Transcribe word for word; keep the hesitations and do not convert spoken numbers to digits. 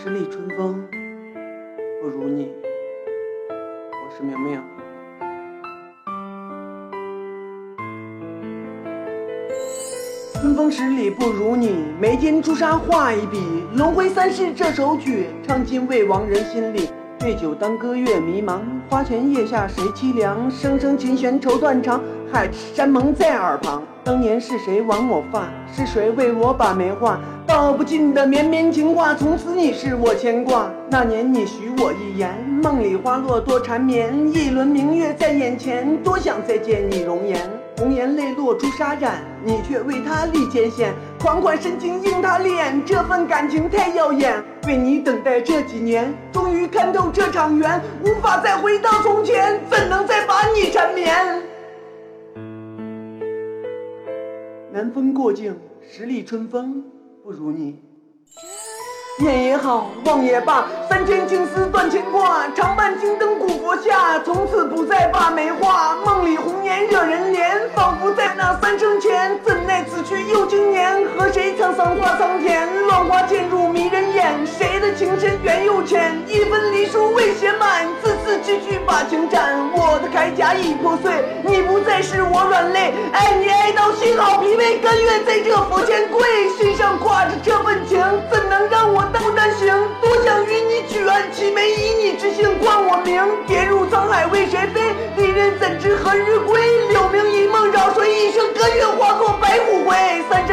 十里春风不如你。我是明明。春风十里不如你，眉间朱砂画一笔。轮回三世这首曲，唱进未亡人心里。对酒当歌月迷茫，花前月下谁凄凉？声声琴弦愁断肠，海山盟在耳旁。当年是谁挽我发？是谁为我把眉画？道不尽的绵绵情话，从此你是我牵挂。那年你许我一言，梦里花落多缠绵。一轮明月在眼前，多想再见你容颜。红颜泪落朱砂染，你却为他立肩线。款款深情应他恋，这份感情太耀眼。为你等待这几年，终于看透这场缘。无法再回到从前，怎能再把你缠绵？南风过境，十里春风不如你。念也好，忘也罢，三千青丝断牵挂。常伴青灯古佛下，从此不再把眉画。梦里红颜惹人怜，仿佛在那三生前。怎奈此去又经年，和谁沧桑化苍天？乱花渐入迷人眼，谁的情深缘又浅？一分离书未写满，字字句句把情斩。我的铠甲已破碎，你不再是我软肋。爱你爱到心好疲惫，甘愿在这佛前跪。心上挂着这份情，怎能让我不单行？多想与你举案齐眉，以你之姓冠我名。跌入沧海为谁飞？离人怎知何日归？柳明一梦扰谁一生？歌月化作白骨灰。三